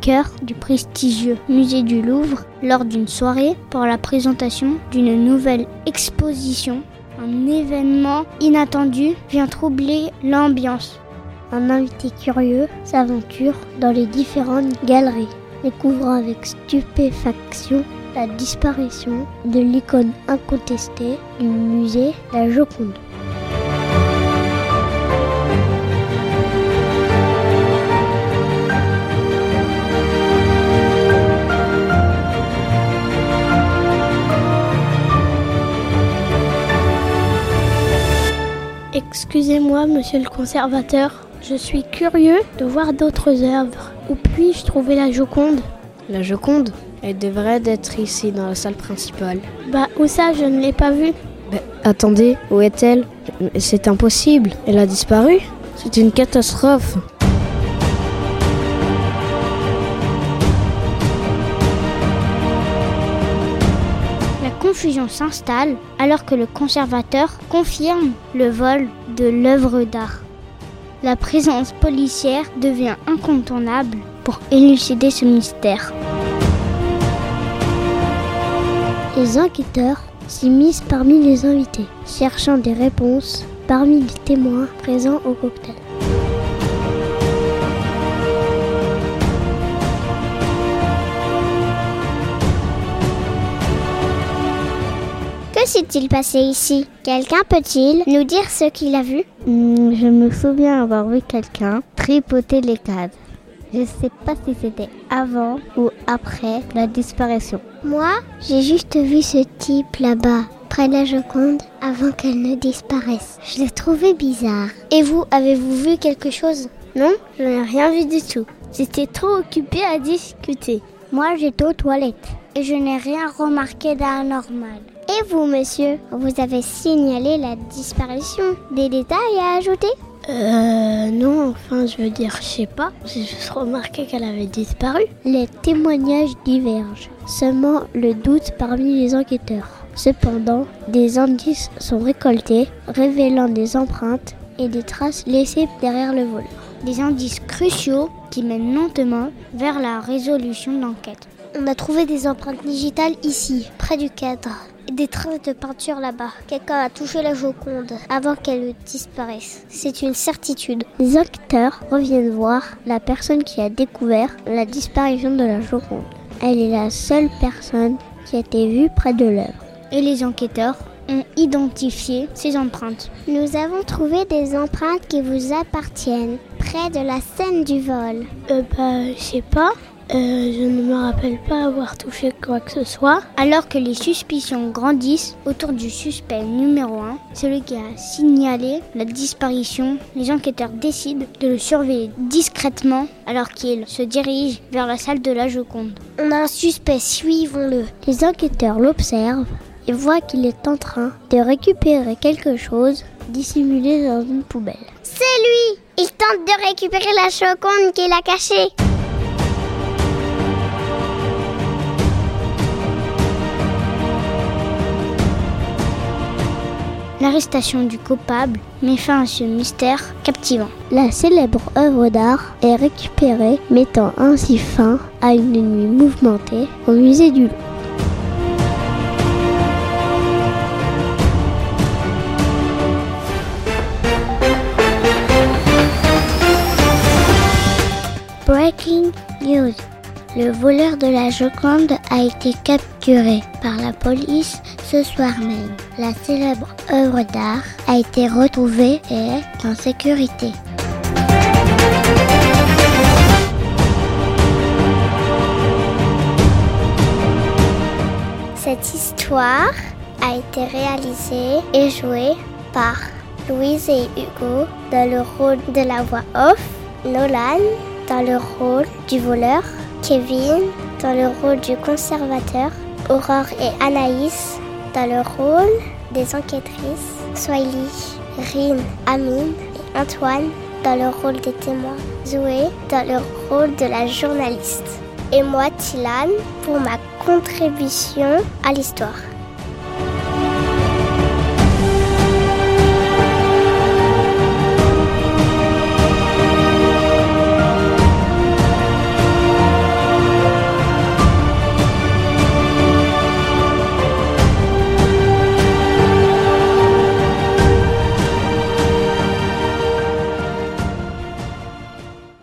cœur du prestigieux musée du Louvre lors d'une soirée pour la présentation d'une nouvelle exposition. Un événement inattendu vient troubler l'ambiance. Un invité curieux s'aventure dans les différentes galeries, découvrant avec stupéfaction la disparition de l'icône incontestée du musée La Joconde. Excusez-moi, monsieur le conservateur, je suis curieux de voir d'autres œuvres. Où puis-je trouver la Joconde ? La Joconde ? Elle devrait être ici, dans la salle principale. Où ça ? Je ne l'ai pas vue. Attendez, où est-elle ? C'est impossible, elle a disparu. C'est une catastrophe. La confusion s'installe alors que le conservateur confirme le vol de l'œuvre d'art. La présence policière devient incontournable pour élucider ce mystère. Les enquêteurs s'immiscent parmi les invités, cherchant des réponses parmi les témoins présents au cocktail. Que s'est-il passé ici ? Quelqu'un peut-il nous dire ce qu'il a vu ? Je me souviens avoir vu quelqu'un tripoter les cadres. Je ne sais pas si c'était avant ou après la disparition. Moi, j'ai juste vu ce type là-bas, près de la Joconde, avant qu'elle ne disparaisse. Je l'ai trouvé bizarre. Et vous, avez-vous vu quelque chose ? Non, je n'ai rien vu du tout. J'étais trop occupée à discuter. Moi, j'étais aux toilettes et je n'ai rien remarqué d'anormal. Et vous, monsieur, vous avez signalé la disparition. Des détails à ajouter ? Non, je sais pas. J'ai juste remarqué qu'elle avait disparu. Les témoignages divergent, semant le doute parmi les enquêteurs. Cependant, des indices sont récoltés, révélant des empreintes et des traces laissées derrière le voleur. Des indices cruciaux qui mènent lentement vers la résolution de l'enquête. On a trouvé des empreintes digitales ici, près du cadre. Et des traces de peinture là-bas. Quelqu'un a touché la Joconde avant qu'elle disparaisse. C'est une certitude. Les enquêteurs reviennent voir la personne qui a découvert la disparition de la Joconde. Elle est la seule personne qui a été vue près de l'œuvre. Et les enquêteurs ont identifié ces empreintes. Nous avons trouvé des empreintes qui vous appartiennent, près de la scène du vol. Je sais pas. Je ne me rappelle pas avoir touché quoi que ce soit. Alors que les suspicions grandissent autour du suspect numéro 1, celui qui a signalé la disparition, les enquêteurs décident de le surveiller discrètement alors qu'il se dirige vers la salle de la Joconde. On a un suspect, suivons-le. Les enquêteurs l'observent et voient qu'il est en train de récupérer quelque chose dissimulé dans une poubelle. C'est lui! Il tente de récupérer la Joconde qu'il a cachée. L'arrestation du coupable met fin à ce mystère captivant. La célèbre œuvre d'art est récupérée, mettant ainsi fin à une nuit mouvementée au musée du Louvre. Breaking news. Le voleur de la Joconde a été capturé par la police ce soir même. La célèbre œuvre d'art a été retrouvée et est en sécurité. Cette histoire a été réalisée et jouée par Louise et Hugo dans le rôle de la voix off, Nolan dans le rôle du voleur, Kevin dans le rôle du conservateur, Aurore et Anaïs dans le rôle des enquêtrices, Swiley, Rin, Amine et Antoine dans le rôle des témoins, Zoé dans le rôle de la journaliste et moi, Tilan, pour ma contribution à l'histoire.